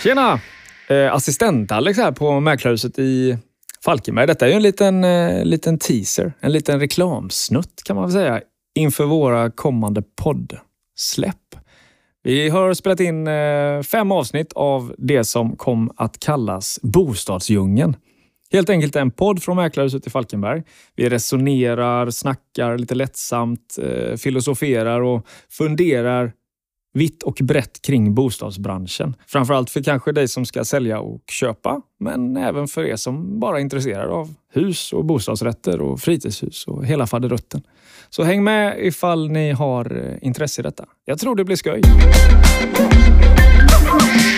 Tjena! Assistent Alex här på Mäklarhuset i Falkenberg. Detta är ju en liten teaser, en liten reklamsnutt kan man väl säga, inför våra kommande poddsläpp. Vi har spelat in 5 avsnitt av det som kom att kallas Bostadsdjungeln. Helt enkelt en podd från Mäklarhuset i Falkenberg. Vi resonerar, snackar lite lättsamt, filosoferar och funderar vitt och brett kring bostadsbranschen. Framförallt för kanske dig som ska sälja och köpa, men även för er som bara är intresserade av hus och bostadsrätter och fritidshus och hela faderutten. Så häng med ifall ni har intresse i detta. Jag tror det blir skoj.